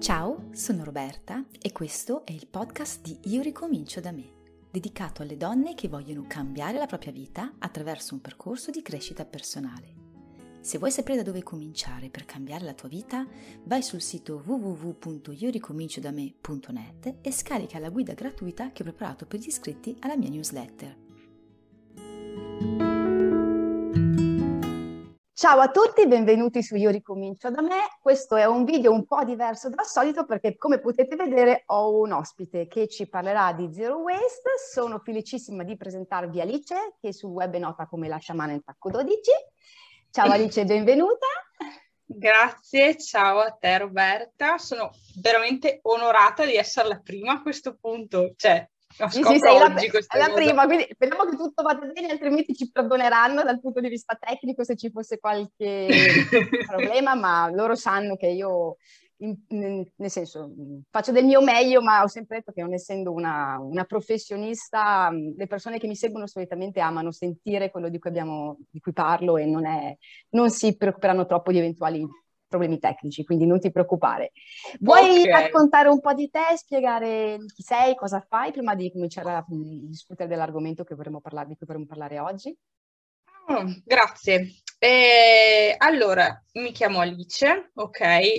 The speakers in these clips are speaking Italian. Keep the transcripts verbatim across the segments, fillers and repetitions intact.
Ciao, sono Roberta e questo è il podcast di Io ricomincio da me, dedicato alle donne che vogliono cambiare la propria vita attraverso un percorso di crescita personale. Se vuoi sapere da dove cominciare per cambiare la tua vita, vai sul sito w w w punto io ricomincio da me punto net e scarica la guida gratuita che ho preparato per gli iscritti alla mia newsletter. Ciao a tutti, benvenuti su Io ricomincio da me. Questo è un video un po' diverso dal solito perché, come potete vedere, ho un ospite che ci parlerà di Zero Waste. Sono felicissima di presentarvi Alice, che sul web è nota come la sciamana in tacco dodici. Ciao Alice, benvenuta. Grazie, ciao a te Roberta. Sono veramente onorata di essere la prima a questo punto. Cioè, lo Sì, sì, sei la, la cosa. prima, quindi speriamo che tutto vada bene, altrimenti ci perdoneranno dal punto di vista tecnico se ci fosse qualche problema, ma loro sanno che io, in, in, nel senso, faccio del mio meglio, ma ho sempre detto che non essendo una, una professionista, le persone che mi seguono solitamente amano sentire quello di cui, abbiamo, di cui parlo e non, è, non si preoccuperanno troppo di eventuali problemi tecnici, quindi non ti preoccupare. Vuoi Okay. raccontare un po' di te, spiegare chi sei, cosa fai, prima di cominciare a discutere dell'argomento che vorremmo parlare, di cui vorremmo parlare oggi? Oh, grazie. Eh, allora, mi chiamo Alice, ok,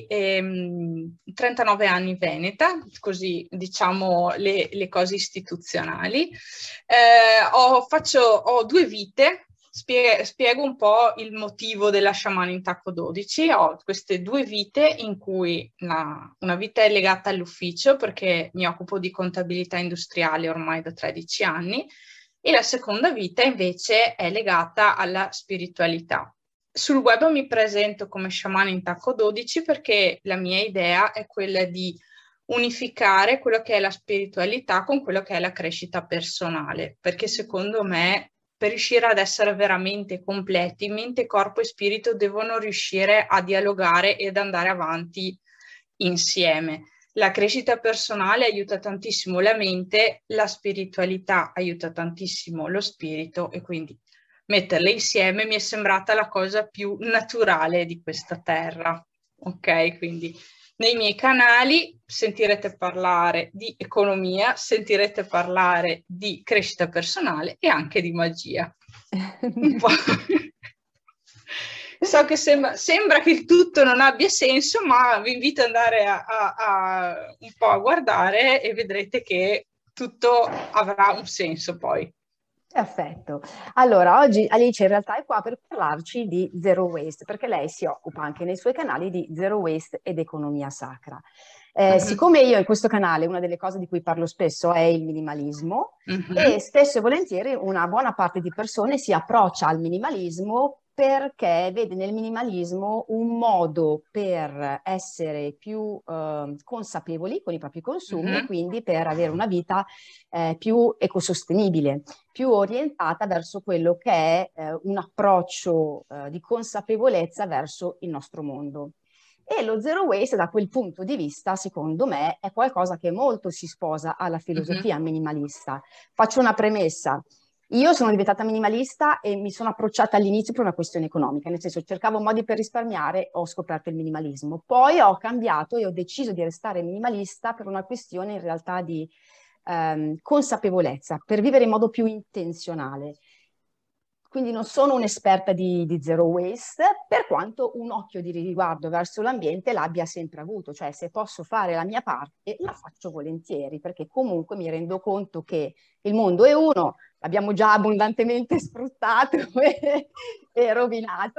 ehm, trentanove anni veneta, così diciamo le, le cose istituzionali. Eh, ho, faccio, ho due vite. Spie- spiego un po' il motivo della sciamana in tacco dodici. Ho queste due vite in cui una, una vita è legata all'ufficio perché mi occupo di contabilità industriale ormai da tredici anni e la seconda vita invece è legata alla spiritualità. Sul web mi presento come sciamana in tacco dodici perché la mia idea è quella di unificare quello che è la spiritualità con quello che è la crescita personale, perché secondo me per riuscire ad essere veramente completi, mente, corpo e spirito devono riuscire a dialogare ed andare avanti insieme. La crescita personale aiuta tantissimo la mente, la spiritualità aiuta tantissimo lo spirito e quindi metterle insieme mi è sembrata la cosa più naturale di questa terra. Ok, quindi nei miei canali sentirete parlare di economia, sentirete parlare di crescita personale e anche di magia. Un po'. So che sembra, sembra che il tutto non abbia senso, ma vi invito ad andare a, a, a un po' a guardare e vedrete che tutto avrà un senso poi. Perfetto. Allora, oggi Alice in realtà è qua per parlarci di Zero Waste, perché lei si occupa anche nei suoi canali di Zero Waste ed economia sacra. Eh, Mhm. Siccome io in questo canale una delle cose di cui parlo spesso è il minimalismo, Mhm. e spesso e volentieri una buona parte di persone si approccia al minimalismo perché vede nel minimalismo un modo per essere più eh, consapevoli con i propri consumi Mhm. e quindi per avere una vita eh, più ecosostenibile, più orientata verso quello che è eh, un approccio eh, di consapevolezza verso il nostro mondo. E lo zero waste, da quel punto di vista, secondo me, è qualcosa che molto si sposa alla filosofia minimalista. Faccio una premessa. Io sono diventata minimalista e mi sono approcciata all'inizio per una questione economica, nel senso cercavo modi per risparmiare, ho scoperto il minimalismo. Poi ho cambiato e ho deciso di restare minimalista per una questione in realtà di ehm, consapevolezza, per vivere in modo più intenzionale. Quindi non sono un'esperta di, di zero waste, per quanto un occhio di riguardo verso l'ambiente l'abbia sempre avuto, cioè se posso fare la mia parte la faccio volentieri, perché comunque mi rendo conto che il mondo è uno, l'abbiamo già abbondantemente sfruttato e, e rovinato,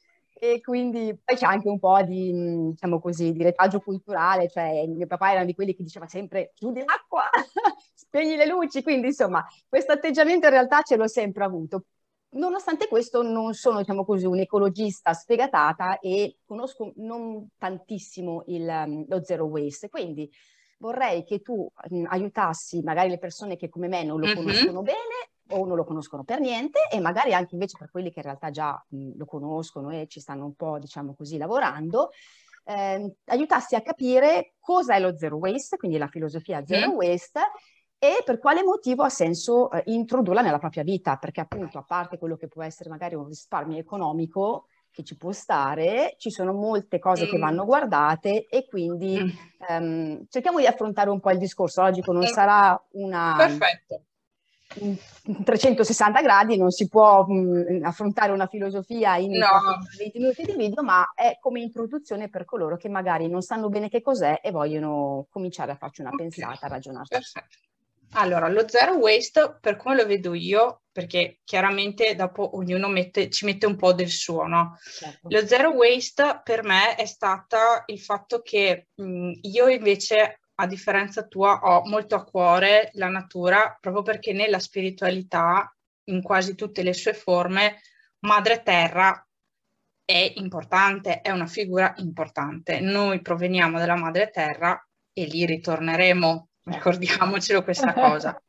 e quindi poi c'è anche un po' di, diciamo così, di retaggio culturale, cioè mio papà era di quelli che diceva sempre chiudi l'acqua, spegni le luci, quindi insomma questo atteggiamento in realtà ce l'ho sempre avuto. Nonostante questo non sono, diciamo così, un'ecologista sfegatata e conosco non tantissimo il, um, lo zero waste, quindi vorrei che tu um, aiutassi magari le persone che come me non lo Mhm. conoscono bene o non lo conoscono per niente e magari anche invece per quelli che in realtà già mh, lo conoscono e ci stanno un po', diciamo così, lavorando, eh, aiutassi a capire cosa è lo zero waste, quindi la filosofia zero Mhm. waste, e per quale motivo ha senso eh, introdurla nella propria vita, perché appunto a parte quello che può essere magari un risparmio economico, che ci può stare, ci sono molte cose Mm. che vanno guardate e quindi Mm. ehm, cerchiamo di affrontare un po' il discorso. Logico, non Mm. sarà una... Perfetto. in trecentosessanta gradi, non si può mh, affrontare una filosofia in No, venti minuti di video, ma è come introduzione per coloro che magari non sanno bene che cos'è e vogliono cominciare a farci una ok, pensata, a ragionarci. perfetto. Allora, lo zero waste, per come lo vedo io, perché chiaramente dopo ognuno mette, ci mette un po' del suo, no? Certo. Lo zero waste per me è stata il fatto che mh, io invece, a differenza tua, ho molto a cuore la natura, proprio perché nella spiritualità, in quasi tutte le sue forme, Madre Terra è importante, è una figura importante. Noi proveniamo dalla Madre Terra e lì ritorneremo. Ricordiamocelo questa cosa.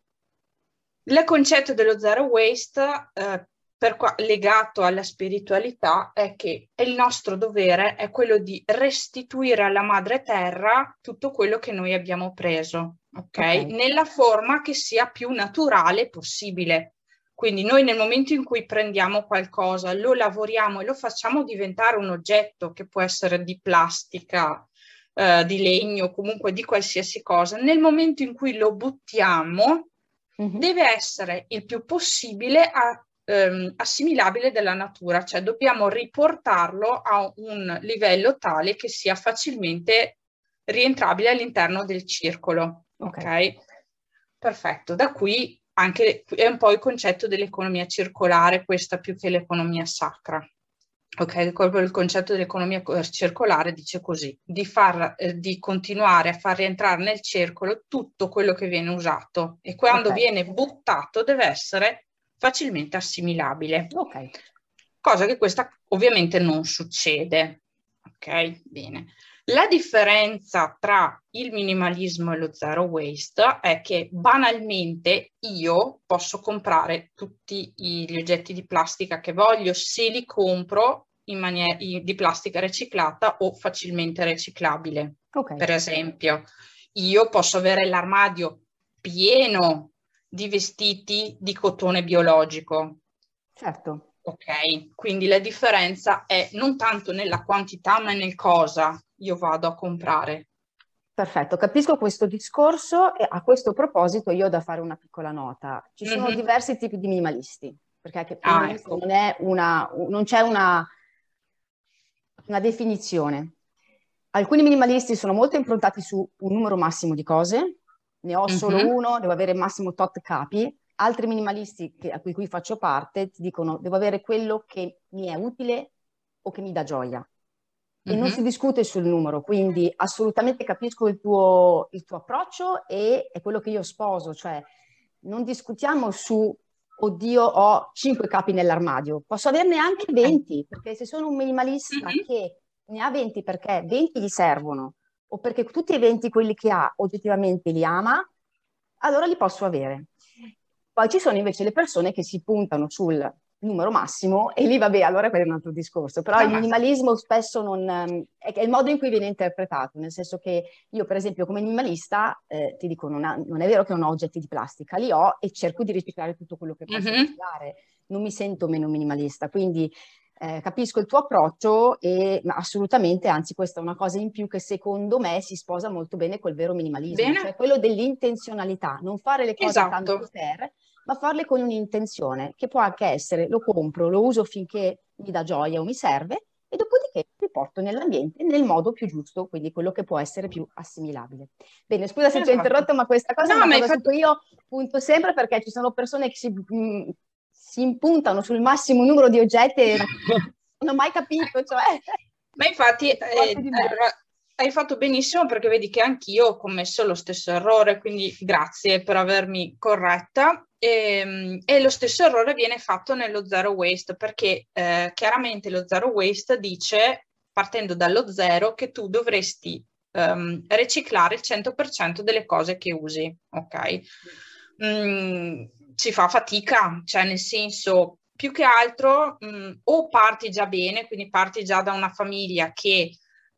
Il concetto dello zero waste, eh, per qua, legato alla spiritualità, è che il nostro dovere è quello di restituire alla Madre Terra tutto quello che noi abbiamo preso, okay? Ok. Nella forma che sia più naturale possibile. Quindi noi nel momento in cui prendiamo qualcosa, lo lavoriamo e lo facciamo diventare un oggetto che può essere di plastica, Uh, di legno, comunque di qualsiasi cosa, nel momento in cui lo buttiamo, mm-hmm. deve essere il più possibile a, um, assimilabile della natura, cioè dobbiamo riportarlo a un livello tale che sia facilmente rientrabile all'interno del circolo. Ok? Okay? Perfetto. Da qui anche è un po' il concetto dell'economia circolare, questa più che l'economia sacra. Ok, proprio il concetto dell'economia circolare dice così, di, far, eh, di continuare a far rientrare nel circolo tutto quello che viene usato e quando okay. viene buttato deve essere facilmente assimilabile. Ok. Cosa che questa ovviamente non succede. Ok, bene. La differenza tra il minimalismo e lo zero waste è che banalmente io posso comprare tutti gli oggetti di plastica che voglio se li compro in maniera di plastica riciclata o facilmente riciclabile. Okay. Per esempio, io posso avere l'armadio pieno di vestiti di cotone biologico. Certo. Ok, quindi la differenza è non tanto nella quantità ma nel cosa io vado a comprare. Perfetto, capisco questo discorso e a questo proposito io ho da fare una piccola nota. Ci sono mm-hmm. diversi tipi di minimalisti, perché ah, ecco. non, è una, non c'è una, una definizione. Alcuni minimalisti sono molto improntati su un numero massimo di cose, ne ho mm-hmm. solo uno, devo avere massimo tot capi. Altri minimalisti che, a cui, cui faccio parte ti dicono devo avere quello che mi è utile o che mi dà gioia. E mm-hmm. non si discute sul numero, quindi assolutamente capisco il tuo, il tuo approccio e è quello che io sposo, cioè non discutiamo su oddio ho cinque capi nell'armadio, posso averne anche venti, perché se sono un minimalista mm-hmm. che ne ha venti perché venti gli servono o perché tutti e venti quelli che ha oggettivamente li ama, allora li posso avere. Poi ci sono invece le persone che si puntano sul numero massimo e lì vabbè, allora quello è un altro discorso, però ah, il minimalismo spesso non, è il modo in cui viene interpretato, nel senso che io per esempio come minimalista eh, ti dico non, ha, non è vero che non ho oggetti di plastica, li ho e cerco di riciclare tutto quello che posso mm-hmm. riciclare, non mi sento meno minimalista, quindi eh, capisco il tuo approccio e assolutamente, anzi questa è una cosa in più che secondo me si sposa molto bene col vero minimalismo, bene. Cioè quello dell'intenzionalità, non fare le cose esatto. tanto per, ma farle con un'intenzione, che può anche essere lo compro, lo uso finché mi dà gioia o mi serve e dopodiché li porto nell'ambiente nel modo più giusto, quindi quello che può essere più assimilabile. Bene, scusa se esatto. ti ho interrotto, ma questa cosa no, è una cosa fatto... su cui io punto sempre perché ci sono persone che si, mh, si impuntano sul massimo numero di oggetti e non ho mai capito, cioè... Ma infatti... Eh, hai fatto benissimo perché vedi che anch'io ho commesso lo stesso errore, quindi grazie per avermi corretta. E, e lo stesso errore viene fatto nello zero waste perché eh, chiaramente lo zero waste dice, partendo dallo zero, che tu dovresti um, riciclare il cento per cento delle cose che usi, ok? Mm, si fa fatica, cioè nel senso, più che altro mh, o parti già bene, quindi parti già da una famiglia che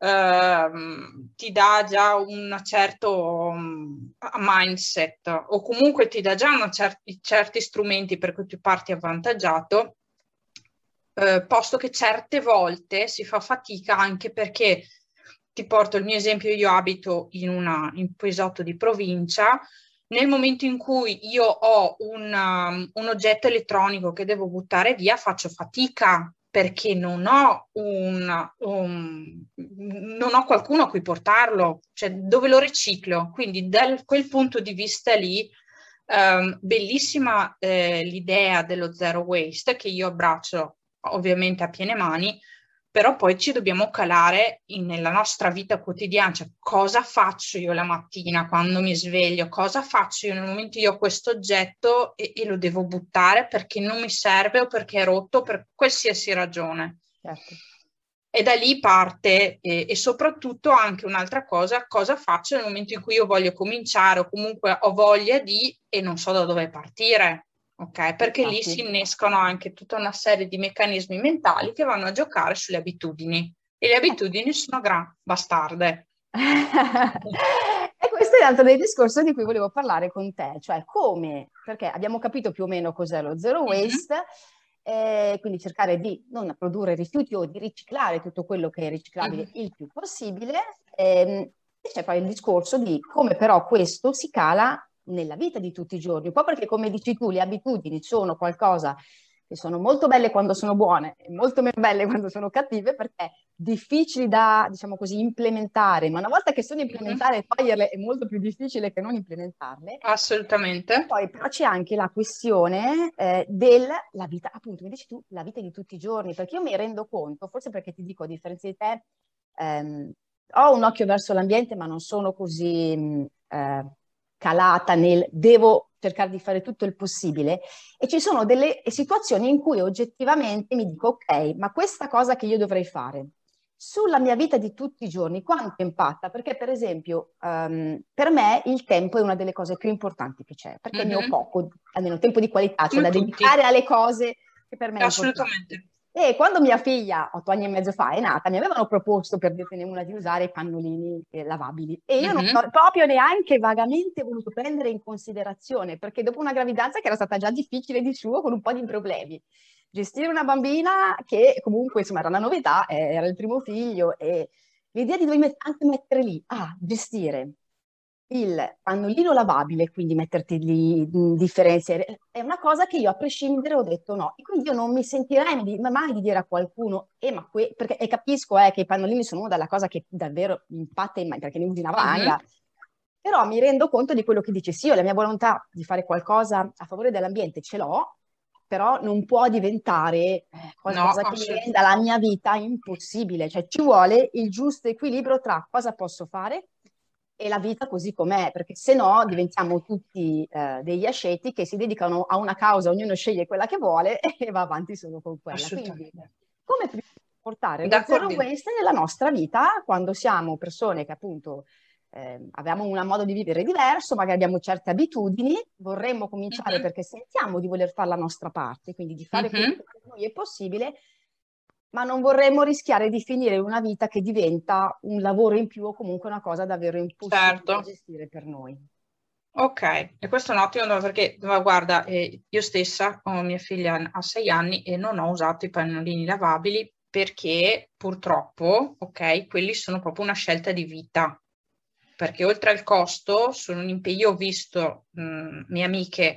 Uh, ti dà già un certo um, mindset o comunque ti dà già una certi, certi strumenti per cui tu parti avvantaggiato, eh, posto che certe volte si fa fatica anche perché, ti porto il mio esempio, io abito in, una, in un paesotto di provincia. Nel momento in cui io ho un, um, un oggetto elettronico che devo buttare via, faccio fatica perché non ho, un, un, non ho qualcuno a cui portarlo, cioè dove lo riciclo. Quindi da quel punto di vista lì, um, bellissima eh, l'idea dello zero waste, che io abbraccio ovviamente a piene mani, però poi ci dobbiamo calare in, nella nostra vita quotidiana, cioè cosa faccio io la mattina quando mi sveglio, cosa faccio io nel momento che io ho questo oggetto e, e lo devo buttare perché non mi serve o perché è rotto, per qualsiasi ragione. Certo. E da lì parte, e, e soprattutto anche un'altra cosa, cosa faccio nel momento in cui io voglio cominciare o comunque ho voglia di e non so da dove partire. Ok, perché lì si innescano anche tutta una serie di meccanismi mentali che vanno a giocare sulle abitudini e le abitudini sono gran bastarde. E questo è un altro dei discorsi di cui volevo parlare con te, cioè come, perché abbiamo capito più o meno cos'è lo zero waste, mm-hmm. eh, quindi cercare di non produrre rifiuti o di riciclare tutto quello che è riciclabile mm-hmm. il più possibile, ehm, e c'è poi il discorso di come però questo si cala nella vita di tutti i giorni, un po' perché come dici tu le abitudini sono qualcosa che sono molto belle quando sono buone e molto meno belle quando sono cattive, perché difficili da, diciamo così, implementare, ma una volta che sono implementate mm-hmm. toglierle è molto più difficile che non implementarle. Assolutamente. E poi però c'è anche la questione eh, della vita, appunto, mi dici tu, la vita di tutti i giorni, perché io mi rendo conto, forse perché ti dico, a differenza di te, ehm, ho un occhio verso l'ambiente, ma non sono così mh, eh, calata nel devo cercare di fare tutto il possibile, e ci sono delle situazioni in cui oggettivamente mi dico ok, ma questa cosa che io dovrei fare sulla mia vita di tutti i giorni quanto impatta? Perché per esempio um, per me il tempo è una delle cose più importanti che c'è, perché mm-hmm. ne ho poco, almeno tempo di qualità, cioè Come da tutti. dedicare alle cose che per me è assolutamente. E quando mia figlia, otto anni e mezzo fa, è nata, mi avevano proposto, per dirtene una, di usare i pannolini eh, lavabili. E io mm-hmm. non ho proprio neanche vagamente voluto prendere in considerazione, perché dopo una gravidanza che era stata già difficile di suo, con un po' di problemi, gestire una bambina che comunque, insomma, era una novità, eh, era il primo figlio, e l'idea di dover met- anche mettere lì, ah, gestire il pannolino lavabile, quindi metterti lì differenze, è una cosa che io a prescindere ho detto no, e quindi io non mi sentirei di, mai di dire a qualcuno, eh, ma que-, perché e capisco eh, che i pannolini sono una della cosa che davvero impatta in perché ne usi una valanga, mm-hmm. però mi rendo conto di quello che dice, sì, io la mia volontà di fare qualcosa a favore dell'ambiente ce l'ho, però non può diventare eh, qualcosa no, che mi renda la mia vita impossibile, cioè ci vuole il giusto equilibrio tra cosa posso fare e la vita così com'è, perché se no diventiamo tutti eh, degli asceti che si dedicano a una causa, ognuno sceglie quella che vuole e va avanti solo con quella. Quindi come portare lo zero waste nella nostra vita quando siamo persone che appunto eh, abbiamo un modo di vivere diverso, magari abbiamo certe abitudini, vorremmo cominciare mm-hmm. perché sentiamo di voler fare la nostra parte, quindi di fare mm-hmm. quello che per noi è possibile, ma non vorremmo rischiare di finire una vita che diventa un lavoro in più o comunque una cosa davvero impossibile certo. da gestire per noi. Ok, e questo è un ottimo perché, guarda, eh, io stessa ho mia figlia a sei anni e non ho usato i pannolini lavabili perché purtroppo, ok, quelli sono proprio una scelta di vita, perché oltre al costo sono un impegno, io ho visto mh, mie amiche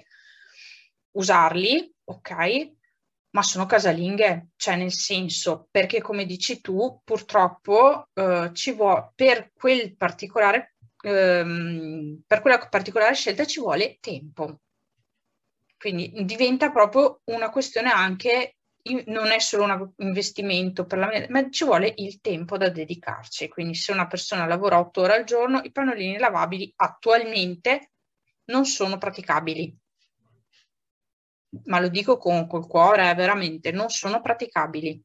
usarli, ok, ma sono casalinghe, cioè nel senso, perché come dici tu, purtroppo eh, ci vuole, per quel particolare, ehm, per quella particolare scelta ci vuole tempo. Quindi diventa proprio una questione anche, non è solo un investimento per la, ma ci vuole il tempo da dedicarci. Quindi se una persona lavora otto ore al giorno, i pannolini lavabili attualmente non sono praticabili. Ma lo dico con col cuore, eh, veramente, non sono praticabili.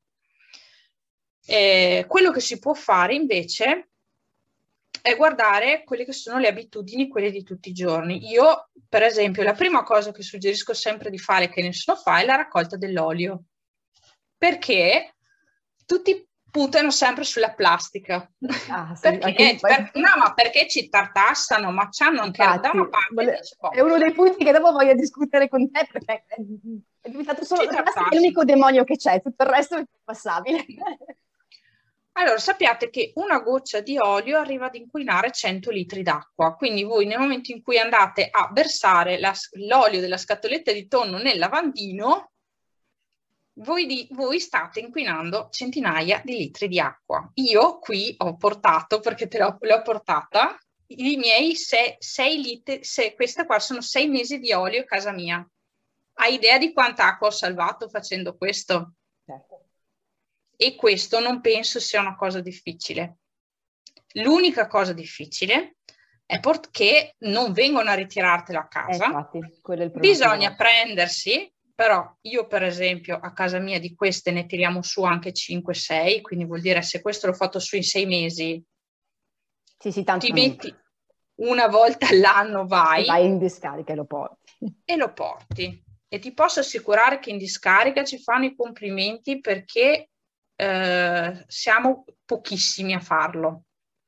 Eh, quello che si può fare invece è guardare quelle che sono le abitudini, quelle di tutti i giorni. Io, per esempio, la prima cosa che suggerisco sempre di fare, che nessuno fa, è la raccolta dell'olio. Perché tutti puntano sempre sulla plastica. Ah, sì, perché, per, no, ma perché ci tartassano, ma c'hanno anche da una parte. Vole, è uno dei punti che dopo voglio discutere con te, perché È diventato solo Ci il plastica, è trattasi. l'unico demonio che c'è, tutto il resto è passabile. Allora, sappiate che una goccia di olio arriva ad inquinare cento litri d'acqua, quindi voi nel momento in cui andate a versare la- l'olio della scatoletta di tonno nel lavandino, voi, di, voi state inquinando centinaia di litri di acqua. Io qui ho portato, perché te l'ho, l'ho portata, i miei sei, sei litri, sei, questa qua sono sei mesi di olio a casa mia. Hai idea di quanta acqua ho salvato facendo questo? Certo. E questo non penso sia una cosa difficile. L'unica cosa difficile è port- che non vengono a ritirartelo a Eh, casa. infatti, quello è il problema. Bisogna prendersi, però io per esempio a casa mia di queste ne tiriamo su anche cinque sei, quindi vuol dire se questo l'ho fatto su in sei mesi, Sì, sì, tanto ti non- metti una volta all'anno, vai, vai in discarica e lo porti. e lo porti. E ti posso assicurare che in discarica ci fanno i complimenti perché eh, siamo pochissimi a farlo.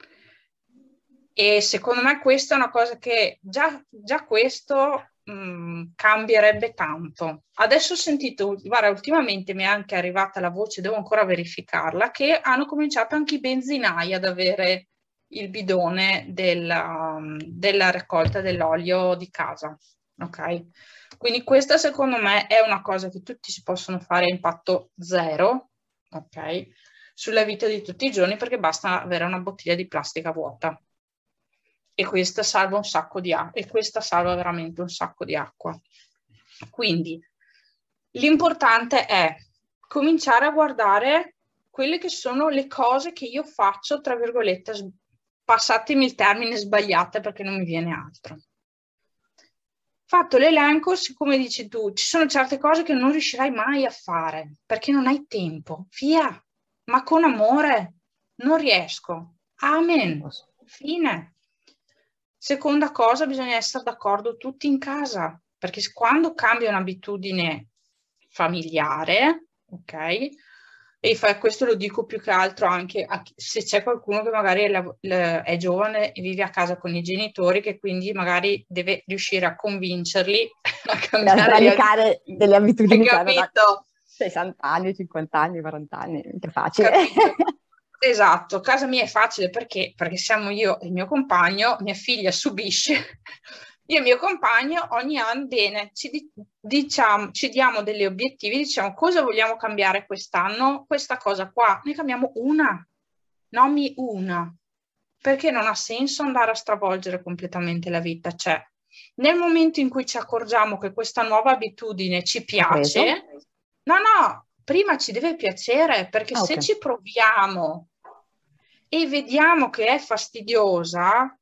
E secondo me questa è una cosa che già, già questo mh, cambierebbe tanto. Adesso ho sentito, guarda, ultimamente mi è anche arrivata la voce, devo ancora verificarla, che hanno cominciato anche i benzinai ad avere il bidone della, della raccolta dell'olio di casa. Ok? Quindi questa secondo me è una cosa che tutti si possono fare a impatto zero, ok? Sulla vita di tutti i giorni, perché basta avere una bottiglia di plastica vuota. E questa salva un sacco di acqua, e questa salva veramente un sacco di acqua. Quindi l'importante è cominciare a guardare quelle che sono le cose che io faccio, tra virgolette, s- passatemi il termine, sbagliate, perché non mi viene altro. Fatto l'elenco, siccome dici tu, ci sono certe cose che non riuscirai mai a fare, perché non hai tempo. Via, ma con amore, non riesco. Amen. Fine. Seconda cosa, bisogna essere d'accordo tutti in casa, perché quando cambia un'abitudine familiare, ok? E fa, questo lo dico più che altro anche a chi- se c'è qualcuno che magari è, la- la- è giovane e vive a casa con i genitori, che quindi magari deve riuscire a convincerli a A cambiare le sradicare delle abitudini Hai che hanno da capito? sessanta anni, cinquanta anni, quaranta anni, che facile. Capito? Esatto, casa mia è facile perché? Perché siamo io e il mio compagno, mia figlia subisce, io e il mio compagno ogni anno, bene, ci, di- diciamo, ci diamo degli obiettivi, diciamo cosa vogliamo cambiare quest'anno, questa cosa qua, ne cambiamo una, nommi una, perché non ha senso andare a stravolgere completamente la vita, cioè nel momento in cui ci accorgiamo che questa nuova abitudine ci preso? piace, no, no, prima ci deve piacere, perché Ah, se ok. ci proviamo e vediamo che è fastidiosa,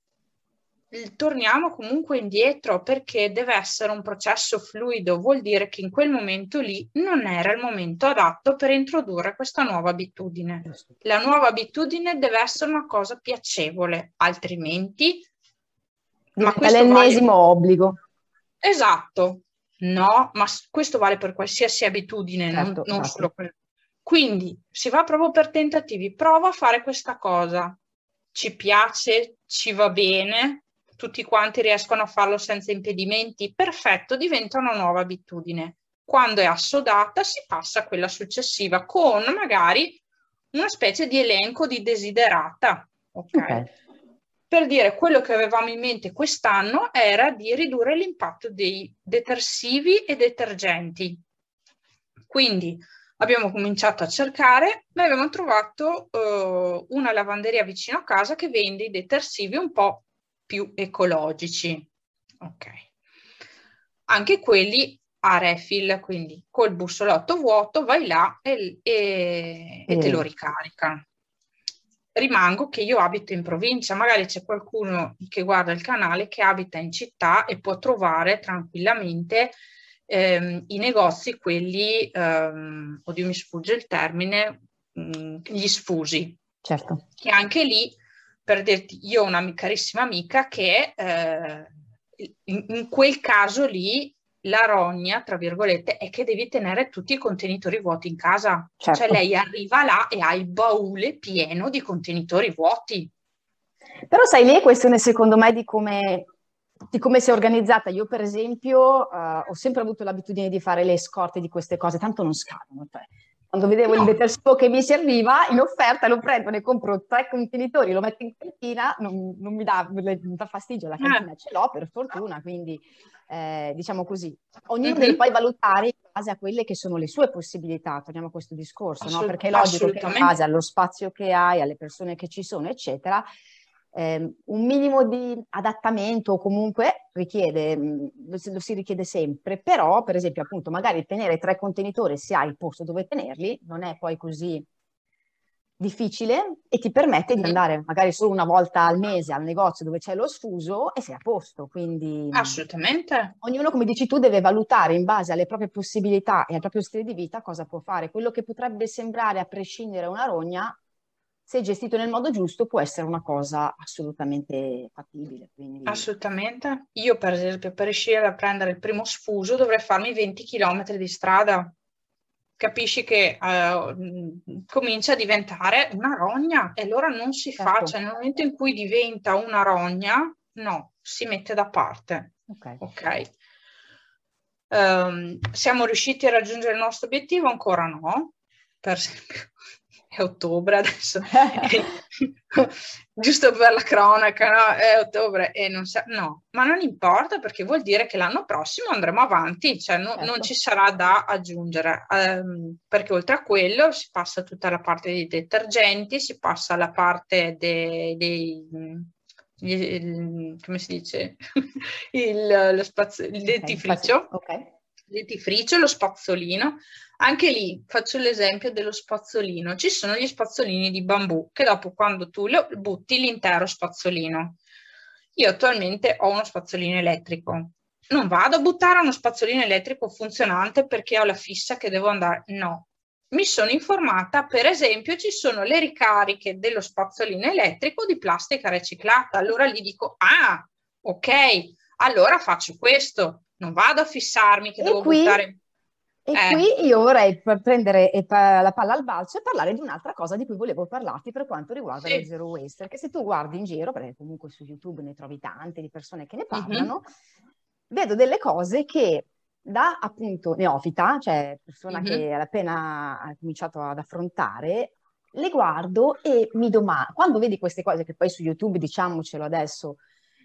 l- torniamo comunque indietro, perché deve essere un processo fluido, vuol dire che in quel momento lì non era il momento adatto per introdurre questa nuova abitudine. La nuova abitudine deve essere una cosa piacevole, altrimenti, ma Diventa questo l'ennesimo vale... obbligo. Esatto, no, ma s- questo vale per qualsiasi abitudine, non, Certo, non esatto. solo per... Quindi si va proprio per tentativi, prova a fare questa cosa, ci piace, ci va bene, tutti quanti riescono a farlo senza impedimenti, perfetto, diventa una nuova abitudine. Quando è assodata si passa a quella successiva con magari una specie di elenco di desiderata, ok? Ok. Per dire, quello che avevamo in mente quest'anno era di ridurre l'impatto dei detersivi e detergenti. Quindi abbiamo cominciato a cercare e abbiamo trovato eh, una lavanderia vicino a casa che vende i detersivi un po' più ecologici. Ok. Anche quelli a refill, quindi col bussolotto vuoto vai là e, e- e te lo Eh, ricarica. Rimango che io abito in provincia, magari c'è qualcuno che guarda il canale che abita in città e può trovare tranquillamente ehm, i negozi, quelli, ehm, oddio mi sfugge il termine, mh, gli sfusi, certo. che anche lì, per dirti, io ho una carissima amica che eh, in, in quel caso lì la rogna, tra virgolette, è che devi tenere tutti i contenitori vuoti in casa. Certo. Cioè lei arriva là e ha il baule pieno di contenitori vuoti. Però sai, lì è questione secondo me di come di come sei organizzata. Io per esempio uh, ho sempre avuto l'abitudine di fare le scorte di queste cose, tanto non scadono. Cioè, quando vedevo no. il detersivo che mi serviva in offerta lo prendo, ne compro tre contenitori, lo metto in cantina, non, non mi dà, mi dà fastidio, la cantina eh. ce l'ho per fortuna, quindi eh, diciamo così. Ognuno mm-hmm. deve poi valutare in base a quelle che sono le sue possibilità, torniamo a questo discorso, Assolut- no? Perché è logico che in base allo spazio che hai, alle persone che ci sono, eccetera, Eh, un minimo di adattamento o comunque richiede, lo si, lo si richiede sempre, però per esempio appunto magari tenere tre contenitori se hai il posto dove tenerli non è poi così difficile e ti permette di andare magari solo una volta al mese al negozio dove c'è lo sfuso e sei a posto, quindi assolutamente ognuno, come dici tu, deve valutare in base alle proprie possibilità e al proprio stile di vita cosa può fare. Quello che potrebbe sembrare a prescindere una rogna, se gestito nel modo giusto, può essere una cosa assolutamente fattibile. Quindi... Assolutamente. Io, per esempio, per riuscire a prendere il primo sfuso dovrei farmi venti chilometri di strada. Capisci che uh, comincia a diventare una rogna e allora non si certo. fa. Cioè, nel momento in cui diventa una rogna, no, si mette da parte. Ok. Ok. Um, siamo riusciti a raggiungere il nostro obiettivo? Ancora no. Per esempio... è ottobre adesso, giusto per la cronaca, no? È ottobre e non sa- no, ma non importa perché vuol dire che l'anno prossimo andremo avanti, cioè no, certo. non ci sarà da aggiungere, um, perché oltre a quello si passa tutta la parte dei detergenti, si passa alla parte dei, dei gli, il, come si dice, il, lo spazio, il dentifricio, okay. il dentifricio, lo spazzolino. Anche lì faccio l'esempio dello spazzolino. Ci sono gli spazzolini di bambù che dopo quando tu lo butti l'intero spazzolino. Io attualmente ho uno spazzolino elettrico. Non vado a buttare uno spazzolino elettrico funzionante perché ho la fissa che devo andare. No. Mi sono informata, per esempio, ci sono le ricariche dello spazzolino elettrico di plastica riciclata. Allora gli dico, ah, ok, allora faccio questo. Non vado a fissarmi che e devo qui... buttare... E eh. qui io vorrei prendere la palla al balzo e parlare di un'altra cosa di cui volevo parlarti per quanto riguarda sì. lo zero waste, perché se tu guardi in giro, perché comunque su YouTube ne trovi tante di persone che ne parlano, mm-hmm. vedo delle cose che da appunto neofita, cioè persona mm-hmm. che appena ha cominciato ad affrontare, le guardo e mi domando, quando vedi queste cose che poi su YouTube, diciamocelo adesso,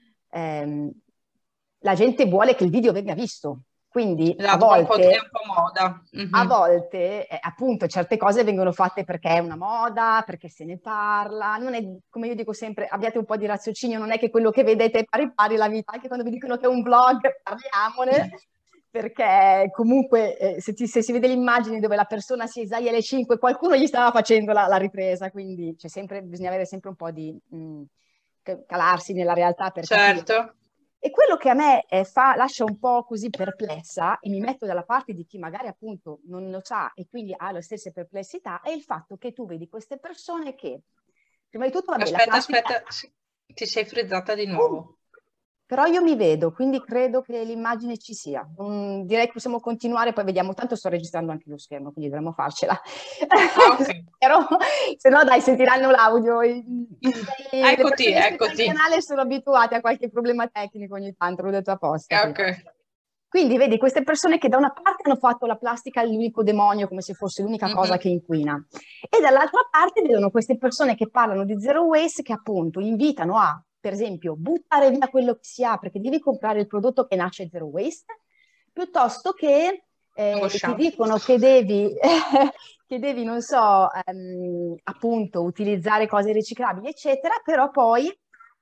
ehm, la gente vuole che il video venga visto. Quindi esatto, a volte, un po' tempo moda. Mm-hmm. a volte eh, appunto certe cose vengono fatte perché è una moda, perché se ne parla, non è, come io dico sempre, abbiate un po' di raziocinio, non è che quello che vedete è pari pari la vita, anche quando vi dicono che è un vlog, parliamone, perché comunque eh, se, ti, se si vede le immagini dove la persona si esaia alle cinque, qualcuno gli stava facendo la, la ripresa, quindi c'è sempre, bisogna avere sempre un po' di mh, calarsi nella realtà per certo. capire. E quello che a me eh, fa, lascia un po' così perplessa, e mi metto dalla parte di chi magari appunto non lo sa e quindi ha le stesse perplessità, è il fatto che tu vedi queste persone che, prima di tutto, vabbè, aspetta, la plastica... aspetta, ti sei frizzata di nuovo. Uh, però io mi vedo, quindi credo che l'immagine ci sia. Um, direi che possiamo continuare, poi vediamo, tanto sto registrando anche lo schermo, quindi dovremmo farcela. Ah, okay. Però, se no dai, sentiranno l'audio. I, eccoti, eccoti. Il canale sono abituati a qualche problema tecnico ogni tanto, l'ho detto apposta. Ok. Quindi vedi queste persone che da una parte hanno fatto la plastica l'unico demonio, come se fosse l'unica mm-hmm. cosa che inquina, e dall'altra parte vedono queste persone che parlano di zero waste, che appunto invitano a, per esempio, buttare via quello che si ha perché devi comprare il prodotto che nasce zero waste, piuttosto che eh, ti dicono che devi, che devi, non so, ehm, appunto utilizzare cose riciclabili, eccetera, però poi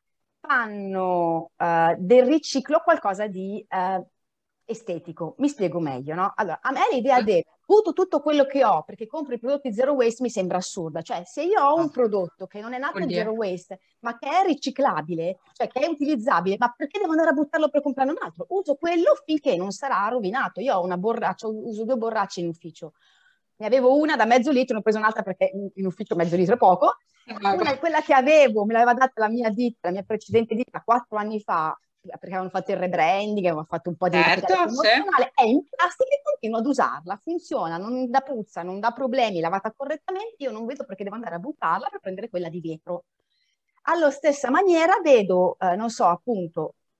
fanno uh, del riciclo qualcosa di uh, estetico. Mi spiego meglio, no? Allora, a me l'idea del butto tutto quello che ho perché compro i prodotti zero waste mi sembra assurda. Cioè, se io ho un prodotto che non è nato in zero waste, ma che è riciclabile, cioè che è utilizzabile, ma perché devo andare a buttarlo per comprare un altro? Uso quello finché non sarà rovinato. Io ho una borraccia, uso due borracce in ufficio. Ne avevo una da mezzo litro, ne ho preso un'altra perché in ufficio mezzo litro è poco. Una è quella che avevo, me l'aveva data la mia ditta, la mia precedente ditta quattro anni fa, perché avevano fatto il rebranding, avevano fatto un po' di certo, promozionale, sì. È in plastica e continuo ad usarla, funziona, non dà puzza, non dà problemi, lavata correttamente, io non vedo perché devo andare a buttarla per prendere quella di vetro. Allo stessa maniera vedo, eh, non so, appunto,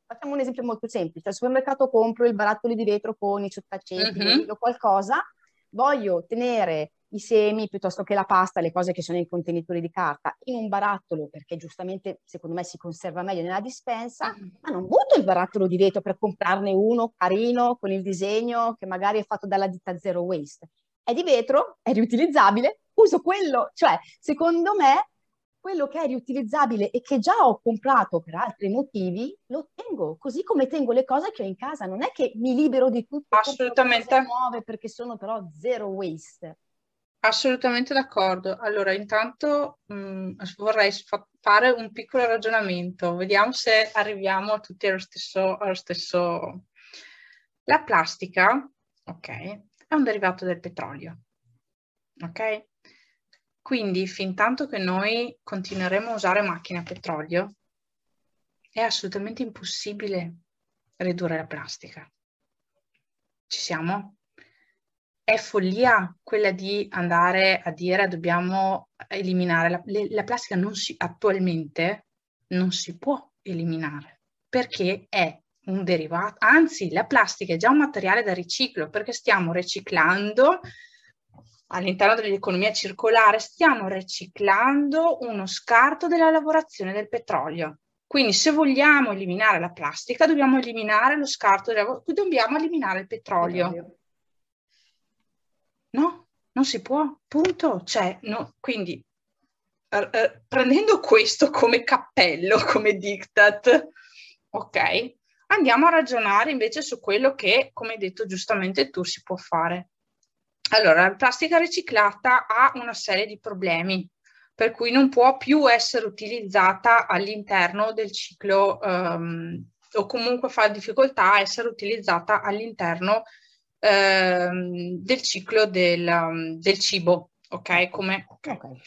Facciamo un esempio molto semplice. Al supermercato compro il barattolo di vetro con i sottaceti, Mhm. o qualcosa, voglio tenere i semi piuttosto che la pasta, le cose che sono in contenitori di carta, in un barattolo, perché giustamente secondo me si conserva meglio nella dispensa, ma non butto il barattolo di vetro per comprarne uno carino con il disegno che magari è fatto dalla ditta Zero Waste. È di vetro, è riutilizzabile, uso quello. Cioè, secondo me, quello che è riutilizzabile e che già ho comprato per altri motivi, lo tengo, così come tengo le cose che ho in casa. Non è che mi libero di tutto e compro Assolutamente. cose nuove perché sono però zero waste. Assolutamente d'accordo. Allora, intanto mh, vorrei fa- fare un piccolo ragionamento, vediamo se arriviamo a tutti allo stesso, allo stesso... La plastica, ok, è un derivato del petrolio, ok? Quindi, fin tanto che noi continueremo a usare macchine a petrolio, è assolutamente impossibile ridurre la plastica. Ci siamo? È follia quella di andare a dire dobbiamo eliminare la, le, la plastica non si, attualmente non si può eliminare perché è un derivato, anzi la plastica è già un materiale da riciclo perché stiamo riciclando all'interno dell'economia circolare, stiamo riciclando uno scarto della lavorazione del petrolio. Quindi se vogliamo eliminare la plastica dobbiamo eliminare lo scarto, della, dobbiamo eliminare il petrolio. petrolio. No, non si può, punto. Cioè, no, quindi, eh, eh, prendendo questo come cappello, come diktat, ok, andiamo a ragionare invece su quello che, come hai detto giustamente tu, si può fare. Allora, la plastica riciclata ha una serie di problemi, per cui non può più essere utilizzata all'interno del ciclo, um, o comunque fa difficoltà a essere utilizzata all'interno Ehm, del ciclo del, um, del cibo, ok? Come, okay. Okay.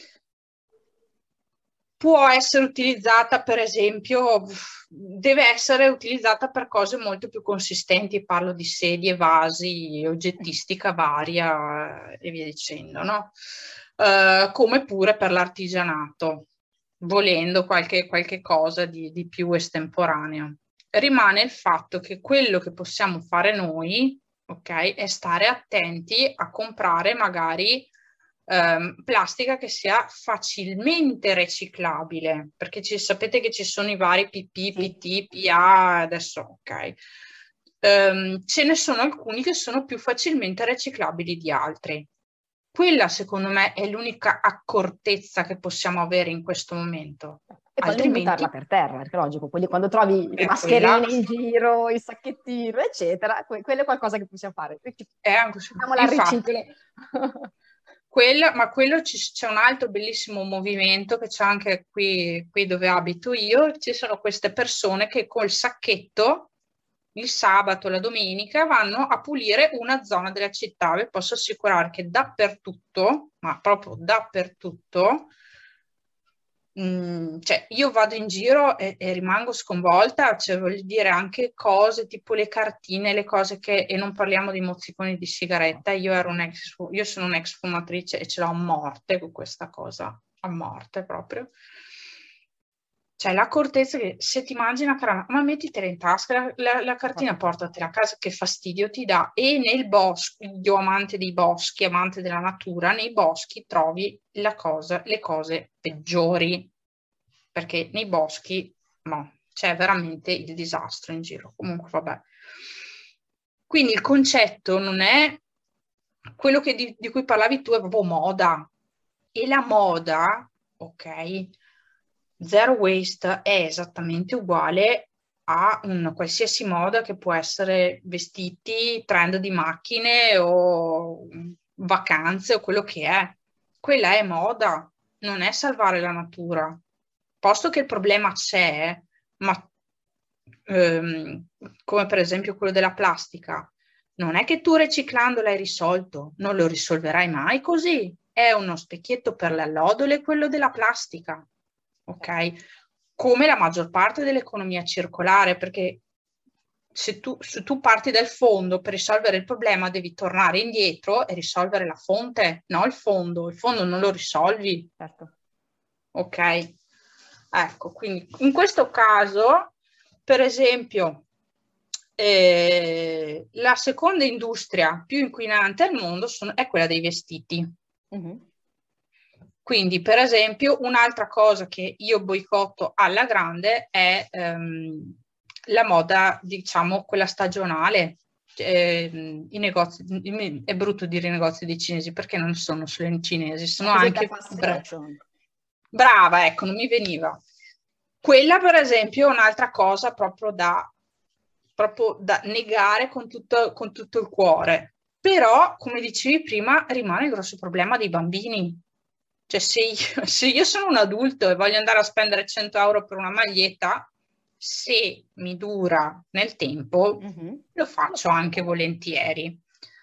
Può essere utilizzata, per esempio, deve essere utilizzata per cose molto più consistenti, parlo di sedie, vasi, oggettistica varia e via dicendo, no? Uh, come pure per l'artigianato, volendo qualche, qualche cosa di, di più estemporaneo. Rimane il fatto che quello che possiamo fare noi, ok, è stare attenti a comprare magari ehm, plastica che sia facilmente riciclabile, perché ci, sapete che ci sono i vari P P, P T, P A, adesso ok. Um, ce ne sono alcuni che sono più facilmente riciclabili di altri. Quella secondo me è l'unica accortezza che possiamo avere in questo momento. E poi altrimenti non buttarla per terra, perché logico, quelli quando trovi le mascherine quella... in giro, il sacchettino, eccetera, que- quello è qualcosa che possiamo fare. È anche... Mettiamola al riciclo. Quella, ma quello c'è un altro bellissimo movimento che c'è anche qui, qui dove abito io, ci sono queste persone che col sacchetto il sabato, la domenica vanno a pulire una zona della città. Vi posso assicurare che dappertutto, ma proprio dappertutto, mh, cioè io vado in giro e, e rimango sconvolta, cioè voglio dire anche cose tipo le cartine, le cose che, e non parliamo di mozziconi di sigaretta, io, ero un ex, io sono un'ex fumatrice e ce l'ho a morte con questa cosa, a morte proprio. Cioè l'accortezza che se ti mangi una caramella, ma mettitela in tasca, la, la cartina portatela a casa, che fastidio ti dà. E nel bosco, io amante dei boschi, amante della natura, nei boschi trovi la cosa, le cose peggiori, perché nei boschi no, c'è veramente il disastro in giro. Comunque vabbè. Quindi il concetto non è quello che di, di cui parlavi tu, è proprio moda. E la moda, ok, zero waste è esattamente uguale a un qualsiasi moda che può essere vestiti, trend di macchine o vacanze o quello che è. Quella è moda, non è salvare la natura. Posto che il problema c'è, ma ehm, come per esempio quello della plastica, non è che tu riciclando l'hai risolto, non lo risolverai mai così. È uno specchietto per le allodole quello della plastica. Ok, come la maggior parte dell'economia circolare, perché se tu, se tu parti dal fondo per risolvere il problema devi tornare indietro e risolvere la fonte, no il fondo, il fondo non lo risolvi. Certo. Ok, ecco, quindi in questo caso per esempio, eh, la seconda industria più inquinante al mondo sono, è quella dei vestiti. Mm-hmm. Quindi, per esempio, un'altra cosa che io boicotto alla grande è ehm, la moda, diciamo, quella stagionale. Eh, i negozi, è brutto dire i negozi dei cinesi perché non sono solo i cinesi, sono anche bra- brava, ecco, non mi veniva. Quella, per esempio, è un'altra cosa proprio da, proprio da negare con tutto, con tutto il cuore. Però, come dicevi prima, rimane il grosso problema dei bambini. Cioè, se io, se io sono un adulto e voglio andare a spendere cento euro per una maglietta, se mi dura nel tempo, mm-hmm. lo faccio anche volentieri.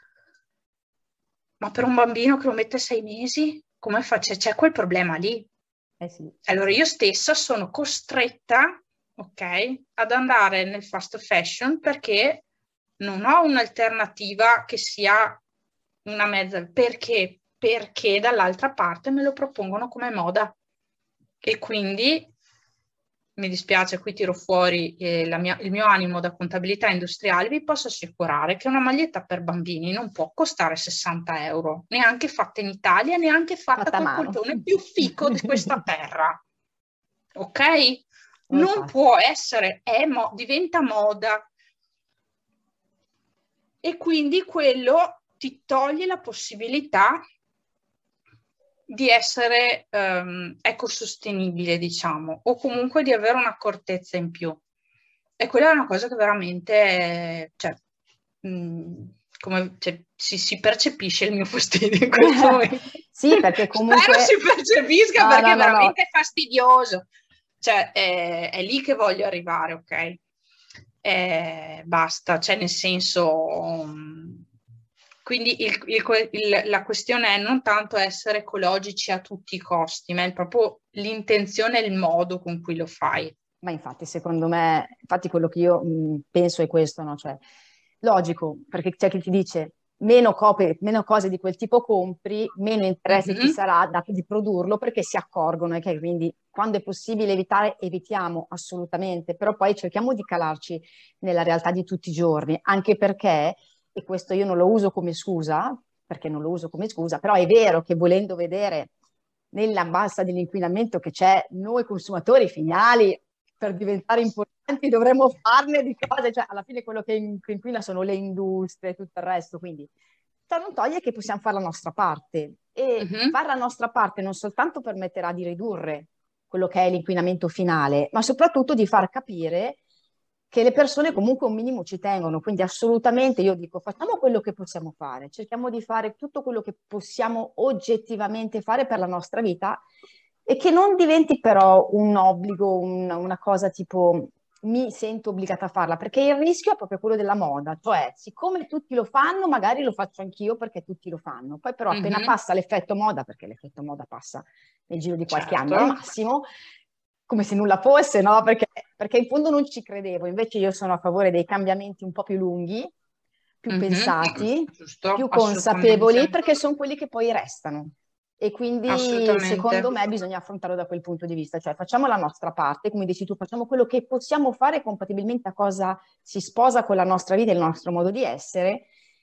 Ma per un bambino che lo mette sei mesi, come faccio? C'è quel problema lì. Eh sì. Allora io stessa sono costretta, ok, ad andare nel fast fashion perché non ho un'alternativa che sia una mezza. Perché? Perché dall'altra parte me lo propongono come moda. E quindi mi dispiace, qui tiro fuori eh, la mia, il mio animo da contabilità industriale, vi posso assicurare che una maglietta per bambini non può costare sessanta euro, neanche fatta in Italia, neanche fatta, fatta col coglione più fico di questa terra. Ok? Non, non può essere, è mo- diventa moda. E quindi quello ti toglie la possibilità di essere um, ecosostenibile, diciamo, o comunque di avere un'accortezza in più. E quella è una cosa che veramente, cioè, mh, come, cioè, si, si percepisce il mio fastidio in questo momento. Sì, perché comunque... Spero si percepisca, no, perché no, è no, veramente no. fastidioso. Cioè, è, è lì che voglio arrivare, ok? Eh, basta, cioè, nel senso... Um, Quindi il, il, il, la questione è non tanto essere ecologici a tutti i costi, ma è proprio l'intenzione e il modo con cui lo fai. Ma infatti, secondo me, infatti quello che io mh, penso è questo, no? Cioè, logico, perché c'è chi ti dice meno copie, meno cose di quel tipo compri, meno interesse mm-hmm. ci sarà da, di produrlo perché si accorgono e che quindi quando è possibile evitare, evitiamo assolutamente, però poi cerchiamo di calarci nella realtà di tutti i giorni, anche perché... e questo io non lo uso come scusa, perché non lo uso come scusa, però è vero che volendo vedere nella bassa dell'inquinamento che c'è, noi consumatori finali, per diventare importanti dovremmo farne di cose, cioè alla fine quello che inquina sono le industrie e tutto il resto, quindi ciò non toglie che possiamo fare la nostra parte e uh-huh. fare la nostra parte non soltanto permetterà di ridurre quello che è l'inquinamento finale, ma soprattutto di far capire che le persone comunque un minimo ci tengono, quindi assolutamente io dico facciamo quello che possiamo fare, cerchiamo di fare tutto quello che possiamo oggettivamente fare per la nostra vita e che non diventi però un obbligo, un, una cosa tipo mi sento obbligata a farla, perché il rischio è proprio quello della moda, cioè siccome tutti lo fanno magari lo faccio anch'io perché tutti lo fanno, poi però appena mm-hmm. passa l'effetto moda, perché l'effetto moda passa nel giro di qualche certo. anno al massimo, come se nulla fosse, no? Perché, perché in fondo non ci credevo, invece io sono a favore dei cambiamenti un po' più lunghi, più mm-hmm. pensati, Giusto, più consapevoli, perché sono quelli che poi restano. E quindi secondo me bisogna affrontarlo da quel punto di vista, cioè facciamo la nostra parte, come dici tu, facciamo quello che possiamo fare compatibilmente a cosa si sposa con la nostra vita e il nostro modo di essere.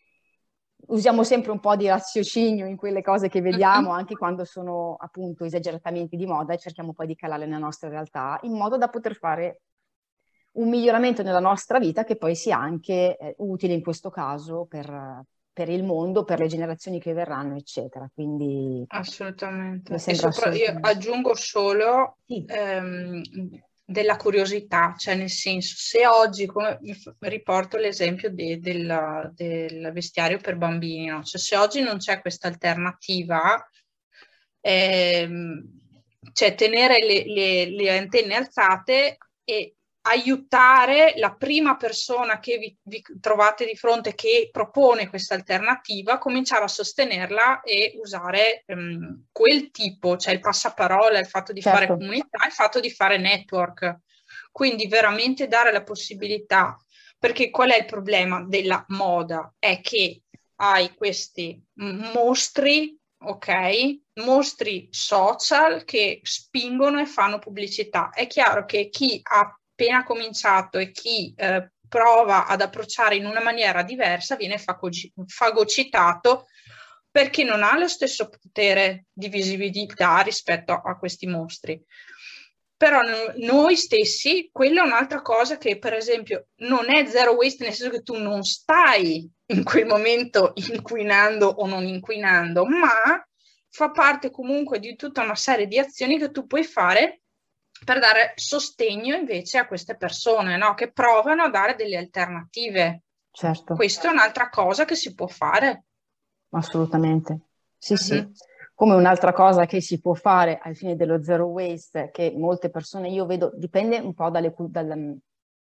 Usiamo sempre un po' di raziocinio in quelle cose che vediamo, anche quando sono appunto esageratamente di moda, e cerchiamo poi di calarle nella nostra realtà, in modo da poter fare un miglioramento nella nostra vita che poi sia anche eh, utile in questo caso per, per il mondo, per le generazioni che verranno, eccetera. Quindi assolutamente. Mi sembra e sopra, assolutamente. Io aggiungo solo sì. ehm, della curiosità, cioè nel senso, se oggi, come riporto l'esempio de, del, del vestiario per bambini, no? Cioè se oggi non c'è questa alternativa, ehm, cioè tenere le, le, le antenne alzate e aiutare la prima persona che vi, vi trovate di fronte che propone questa alternativa, cominciare a sostenerla e usare um, quel tipo, cioè il passaparola, il fatto di certo. fare comunità, il fatto di fare network. Quindi veramente dare la possibilità, perché qual è il problema della moda? È che hai questi mostri, ok? Mostri social che spingono e fanno pubblicità. È chiaro che chi ha appena cominciato e chi eh, prova ad approcciare in una maniera diversa viene fagoci- fagocitato perché non ha lo stesso potere di visibilità rispetto a, a questi mostri. Però no, noi stessi, quella è un'altra cosa che per esempio non è zero waste, nel senso che tu non stai in quel momento inquinando o non inquinando, ma fa parte comunque di tutta una serie di azioni che tu puoi fare per dare sostegno invece a queste persone, no? Che provano a dare delle alternative. Certo. Questa è un'altra cosa che si può fare. Assolutamente. Sì, Mm-hmm. sì. Come un'altra cosa che si può fare al fine dello zero waste, che molte persone io vedo, dipende un po' dalle, dal,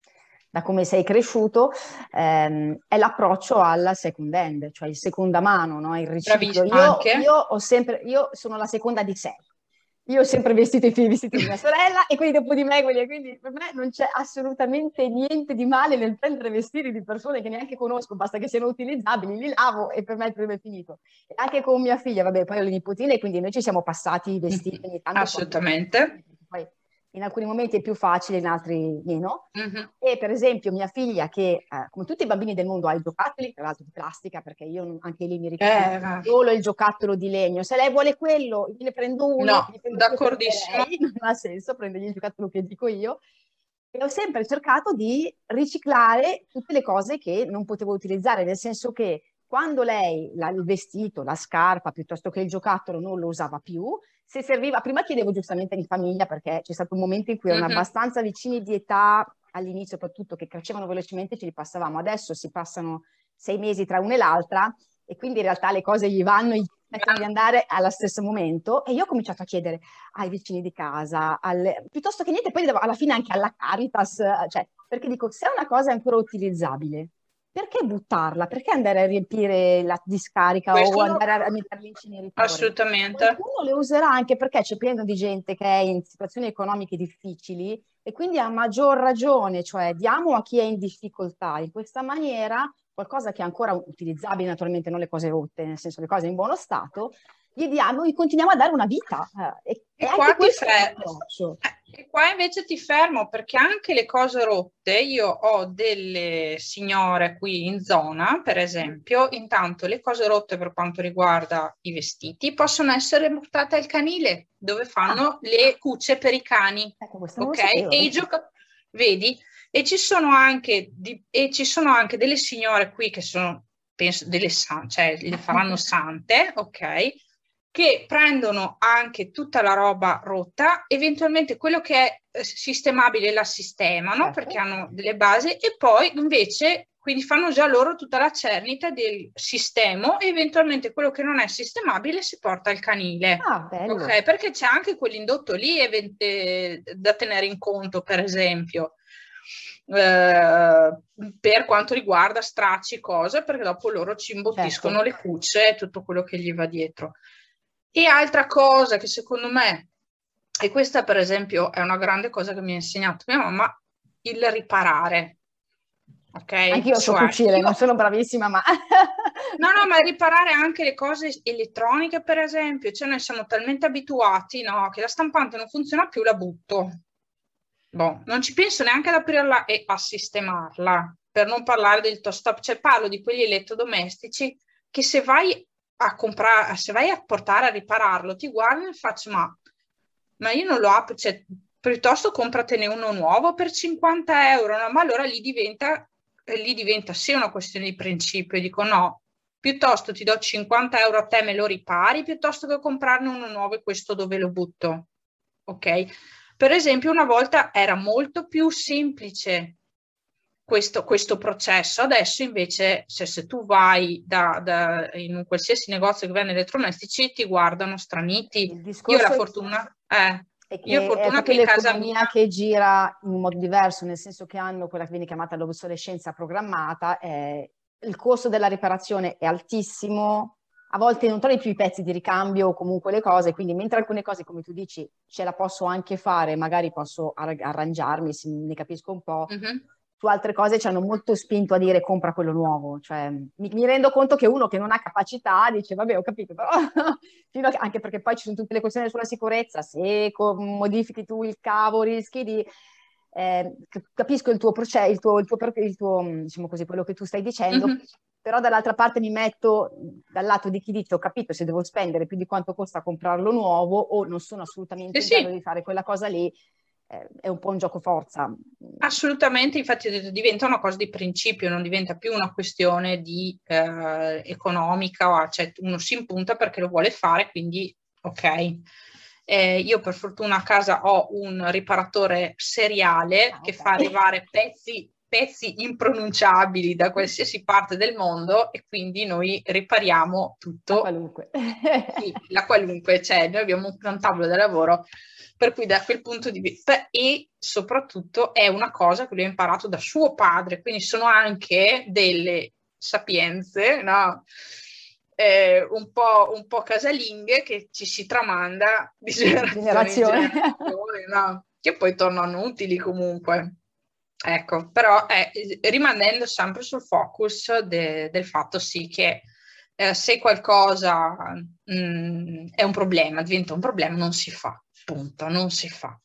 da come sei cresciuto, ehm, è l'approccio alla second hand, cioè il seconda mano, no? Il riciclo. Bravissima Io, anche. io ho sempre, io sono la seconda di sé. Io ho sempre vestito i figli vestiti di mia sorella e quelli dopo di me, quelli, quindi per me non c'è assolutamente niente di male nel prendere vestiti di persone che neanche conosco, basta che siano utilizzabili, li lavo e per me il problema è finito. E anche con mia figlia, vabbè, poi ho le nipotine, quindi noi ci siamo passati i vestiti ogni tanto. Assolutamente. Quando... Poi in alcuni momenti è più facile, in altri meno. Mm-hmm. E per esempio mia figlia che, eh, come tutti i bambini del mondo, ha i giocattoli, tra l'altro di plastica, perché io anche lì mi ricordo eh, solo il giocattolo di legno. Se lei vuole quello, gliene prendo uno. No, prendo d'accordissimo. Lei, non ha senso prendergli il giocattolo che dico io. E ho sempre cercato di riciclare tutte le cose che non potevo utilizzare, nel senso che quando lei la, il vestito, la scarpa, piuttosto che il giocattolo non lo usava più, se serviva, prima chiedevo giustamente in famiglia perché c'è stato un momento in cui erano mm-hmm. abbastanza vicini di età, all'inizio soprattutto, che crescevano velocemente, ce li passavamo. Adesso si passano sei mesi tra una e l'altra e quindi in realtà le cose gli vanno e gli smettono di andare allo stesso momento. E io ho cominciato a chiedere ai vicini di casa, alle, piuttosto che niente, poi alla fine anche alla Caritas, cioè, perché dico, se una cosa è ancora utilizzabile, perché buttarla? Perché andare a riempire la discarica Questo o andare a metterli in inceneritore? Assolutamente. Qualcuno le userà anche perché c'è pieno di gente che è in situazioni economiche difficili e quindi a maggior ragione, cioè diamo a chi è in difficoltà in questa maniera qualcosa che è ancora utilizzabile, naturalmente non le cose rotte, nel senso le cose in buono stato, gli diamo, gli continuiamo a dare una vita. Eh, e, e, e qua anche ti questo fermo. E qua invece ti fermo perché anche le cose rotte, io ho delle signore qui in zona, per esempio, intanto le cose rotte per quanto riguarda i vestiti possono essere portate al canile dove fanno ah. le cucce per i cani. Ecco, questo ok? Sapevo, e i giocatori, vedi? E ci sono anche di, e ci sono anche delle signore qui che sono, penso, delle sante, cioè le faranno sante, ok? Che prendono anche tutta la roba rotta, eventualmente quello che è sistemabile la sistemano, certo. perché hanno delle basi, e poi invece, quindi fanno già loro tutta la cernita del sistema, e eventualmente quello che non è sistemabile si porta al canile. Ah, bello. Ok, perché c'è anche quell'indotto lì eh, da tenere in conto, per esempio. Eh, per quanto riguarda stracci, cose, perché dopo loro ci imbottiscono certo. le cucce e tutto quello che gli va dietro. E altra cosa che secondo me, e questa per esempio è una grande cosa che mi ha insegnato mia mamma, il riparare. Ok? Anch'io so cioè, cucire, io... non sono bravissima, ma... no, no, ma riparare anche le cose elettroniche, per esempio. Cioè noi siamo talmente abituati, no, che la stampante non funziona più, la butto. Boh, non ci penso neanche ad aprirla e a sistemarla, per non parlare del toast-up, cioè parlo di quegli elettrodomestici che se vai a comprare, se vai a portare a ripararlo, ti guardano e faccio, ma, ma io non lo apro, cioè, piuttosto compratene uno nuovo per cinquanta euro, no? Ma allora lì diventa, eh, lì diventa sì una questione di principio, dico no, piuttosto ti do cinquanta euro a te, me lo ripari, piuttosto che comprarne uno nuovo e questo dove lo butto, ok? Per esempio, una volta era molto più semplice questo, questo processo, adesso invece se, se tu vai da, da, in un qualsiasi negozio che vende elettrodomestici ti guardano straniti. Io ho la fortuna... Eh, è che io ho fortuna è che in casa mia che gira in un modo diverso, nel senso che hanno quella che viene chiamata l'obsolescenza programmata, eh, il costo della riparazione è altissimo. A volte non trovi più i pezzi di ricambio o comunque le cose, quindi mentre alcune cose, come tu dici, ce la posso anche fare, magari posso arrangiarmi, se ne capisco un po', mm-hmm. su altre cose ci hanno molto spinto a dire compra quello nuovo. Cioè, mi, mi rendo conto che uno che non ha capacità dice vabbè ho capito, però fino a, anche perché poi ci sono tutte le questioni sulla sicurezza, se modifichi tu il cavo rischi di... eh, capisco il tuo processo, il tuo, il tuo, il tuo, diciamo così, quello che tu stai dicendo, mm-hmm. Però dall'altra parte mi metto dal lato di chi dice ho capito se devo spendere più di quanto costa comprarlo nuovo o non sono assolutamente sì, in grado sì. di fare quella cosa lì, eh, è un po' un gioco forza. Assolutamente, infatti diventa una cosa di principio, non diventa più una questione di eh, economica, cioè uno si impunta perché lo vuole fare, quindi ok. Eh, io per fortuna a casa ho un riparatore seriale ah, che okay. fa arrivare pezzi pezzi impronunciabili da qualsiasi parte del mondo e quindi noi ripariamo tutto. La qualunque. Sì, la qualunque, cioè noi abbiamo un tavolo da lavoro per cui da quel punto di vista e soprattutto è una cosa che lui ha imparato da suo padre, quindi sono anche delle sapienze, no? Eh, un po', un po' casalinghe che ci si tramanda di generazione, generazione. in generazione, no? Che poi tornano utili comunque. Ecco, però eh, rimanendo sempre sul focus de, del fatto sì che eh, se qualcosa mh, è un problema, diventa un problema, non si fa, punto, non si fa.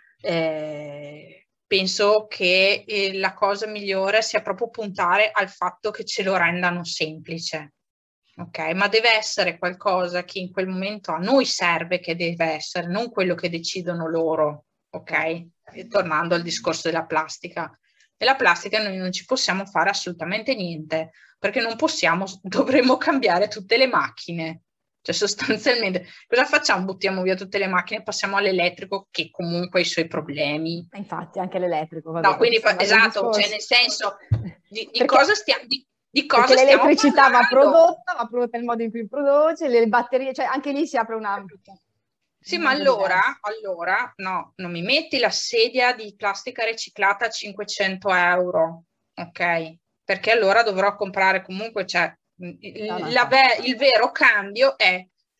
Eh, penso che eh, la cosa migliore sia proprio puntare al fatto che ce lo rendano semplice, ok? Ma deve essere qualcosa che in quel momento a noi serve, che deve essere, non quello che decidono loro, ok? E tornando al discorso della plastica. Nella plastica noi non ci possiamo fare assolutamente niente, perché non possiamo, dovremmo cambiare tutte le macchine. Cioè sostanzialmente, cosa facciamo? Buttiamo via tutte le macchine, passiamo all'elettrico che comunque ha i suoi problemi. Infatti anche l'elettrico. Va no, bene, quindi fa, esatto, cioè nel senso, di, di perché, cosa stiamo... Di, Di cosa perché stiamo l'elettricità parlando? va prodotta, va prodotta nel modo in cui produce, le batterie, cioè anche lì si apre una... Sì, ma allora, allora, no, non mi metti la sedia di plastica riciclata a cinquecento euro, ok? Perché allora dovrò comprare comunque, cioè, il, no, la ve- il vero cambio è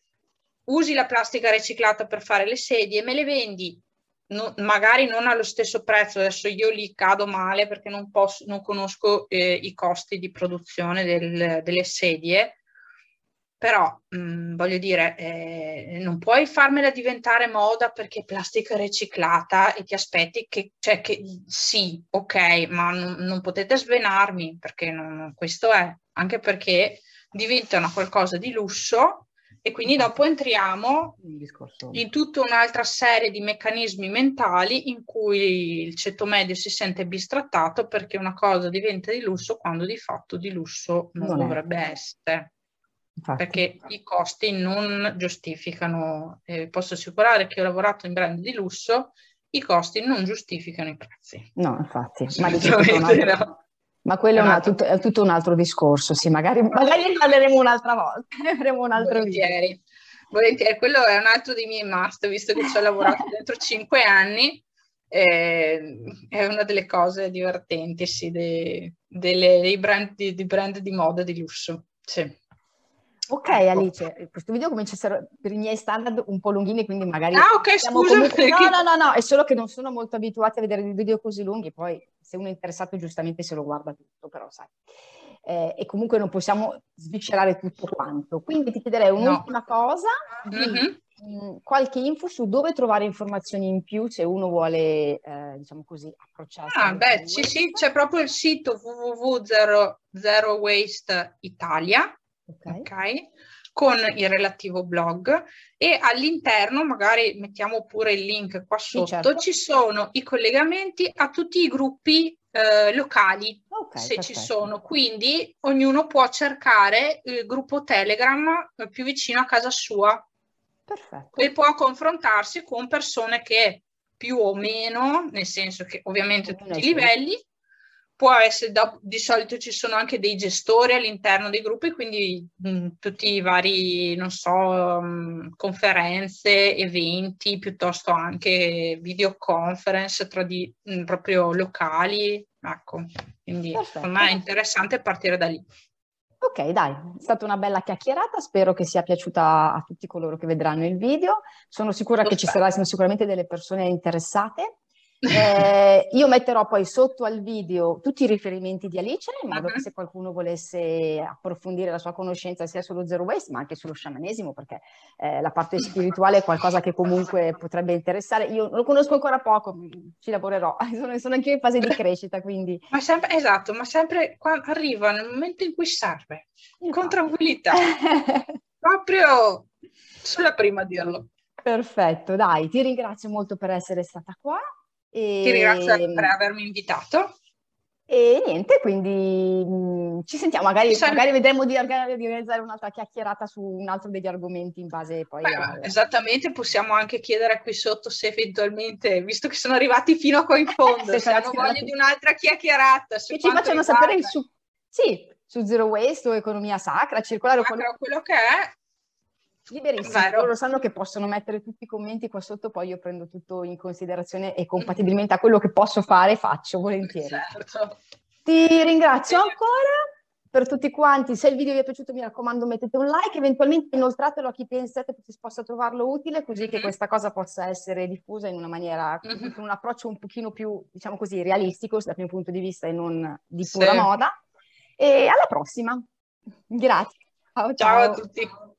usi la plastica riciclata per fare le sedie, me le vendi, no, magari non allo stesso prezzo, adesso io lì cado male perché non, posso, non conosco eh, i costi di produzione del, delle sedie, però mh, voglio dire, eh, non puoi farmela diventare moda perché è plastica riciclata e ti aspetti che, cioè che sì, ok, ma non, non potete svenarmi perché non, questo è, anche perché diventano qualcosa di lusso e quindi dopo entriamo in tutta un'altra serie di meccanismi mentali in cui il ceto medio si sente bistrattato perché una cosa diventa di lusso quando di fatto di lusso non, non dovrebbe è. essere. Infatti. Perché i costi non giustificano, eh, posso assicurare che ho lavorato in brand di lusso, i costi non giustificano i prezzi. No, infatti, ma, altro, no. ma quello è, una, tutto, è tutto un altro discorso, sì, magari, magari ne parleremo un'altra volta, ne faremo un altro volentieri, video. Volentieri, quello è un altro dei miei must, visto che ci ho lavorato dentro cinque anni, eh, è una delle cose divertenti, sì, dei, delle, dei brand di, di brand di moda di lusso, sì. Ok, ecco. Alice, questo video comincia a essere per i miei standard un po' lunghini, quindi magari... Ah, ok, scusa. Comunque... Perché... No, no, no, no, è solo che non sono molto abituati a vedere dei video così lunghi, poi se uno è interessato giustamente se lo guarda tutto, però sai. Eh, e comunque non possiamo sviscerare tutto quanto. Quindi ti chiederei un'ultima no. cosa, di, mm-hmm. mh, qualche info su dove trovare informazioni in più se uno vuole, eh, diciamo così, approcciarsi. Ah, beh, sì, sì, c'è proprio il sito w w w punto zero waste italia. Okay. ok, con il relativo blog e all'interno magari mettiamo pure il link qua sotto, sì, certo. Ci sono i collegamenti a tutti i gruppi eh, locali, okay, se perfetto. Ci sono, quindi ognuno può cercare il gruppo Telegram più vicino a casa sua. Perfetto. E può confrontarsi con persone che più o meno, nel senso che ovviamente a tutti i livelli, può essere, da, di solito ci sono anche dei gestori all'interno dei gruppi, quindi mh, tutti i vari, non so, mh, conferenze, eventi, piuttosto anche videoconference tra di, mh, proprio locali, ecco, quindi perfetto. Per me è interessante partire da lì. Ok, dai, è stata una bella chiacchierata, spero che sia piaciuta a tutti coloro che vedranno il video, sono sicura Lo che spero. Ci saranno sicuramente delle persone interessate. Eh, io metterò poi sotto al video tutti i riferimenti di Alice, in modo uh-huh. che se qualcuno volesse approfondire la sua conoscenza sia sullo zero waste, ma anche sullo sciamanesimo, perché eh, la parte spirituale è qualcosa che comunque potrebbe interessare. Io lo conosco ancora poco, ci lavorerò, sono, sono anche in fase di crescita, quindi... Ma sempre, esatto, ma sempre quando arriva nel momento in cui serve, esatto. Con tranquillità, proprio sulla prima a dirlo. Perfetto, dai, ti ringrazio molto per essere stata qua. E... Ti ringrazio per avermi invitato. E niente, quindi mh, ci sentiamo, magari, ci magari vedremo di, organ- di organizzare un'altra chiacchierata su un altro degli argomenti in base poi Beh, a... Esattamente, possiamo anche chiedere qui sotto se eventualmente, visto che sono arrivati fino a qua in fondo, se, se hanno voglia di un'altra chiacchierata. Su che ci facciano riguarda... sapere su, sì, su zero waste o economia sacra, circolare, sacra o quello che è. Liberissimo, loro sanno che possono mettere tutti i commenti qua sotto, poi io prendo tutto in considerazione e compatibilmente a quello che posso fare faccio volentieri. Certo. Ti ringrazio ancora per tutti quanti, se il video vi è piaciuto mi raccomando mettete un like, eventualmente inoltratelo a chi pensate che si possa trovarlo utile, così mm-hmm. che questa cosa possa essere diffusa in una maniera, mm-hmm. con un approccio un pochino più, diciamo così, realistico dal mio punto di vista e non di pura sì. moda. E alla prossima, grazie. Ciao, ciao. Ciao a tutti.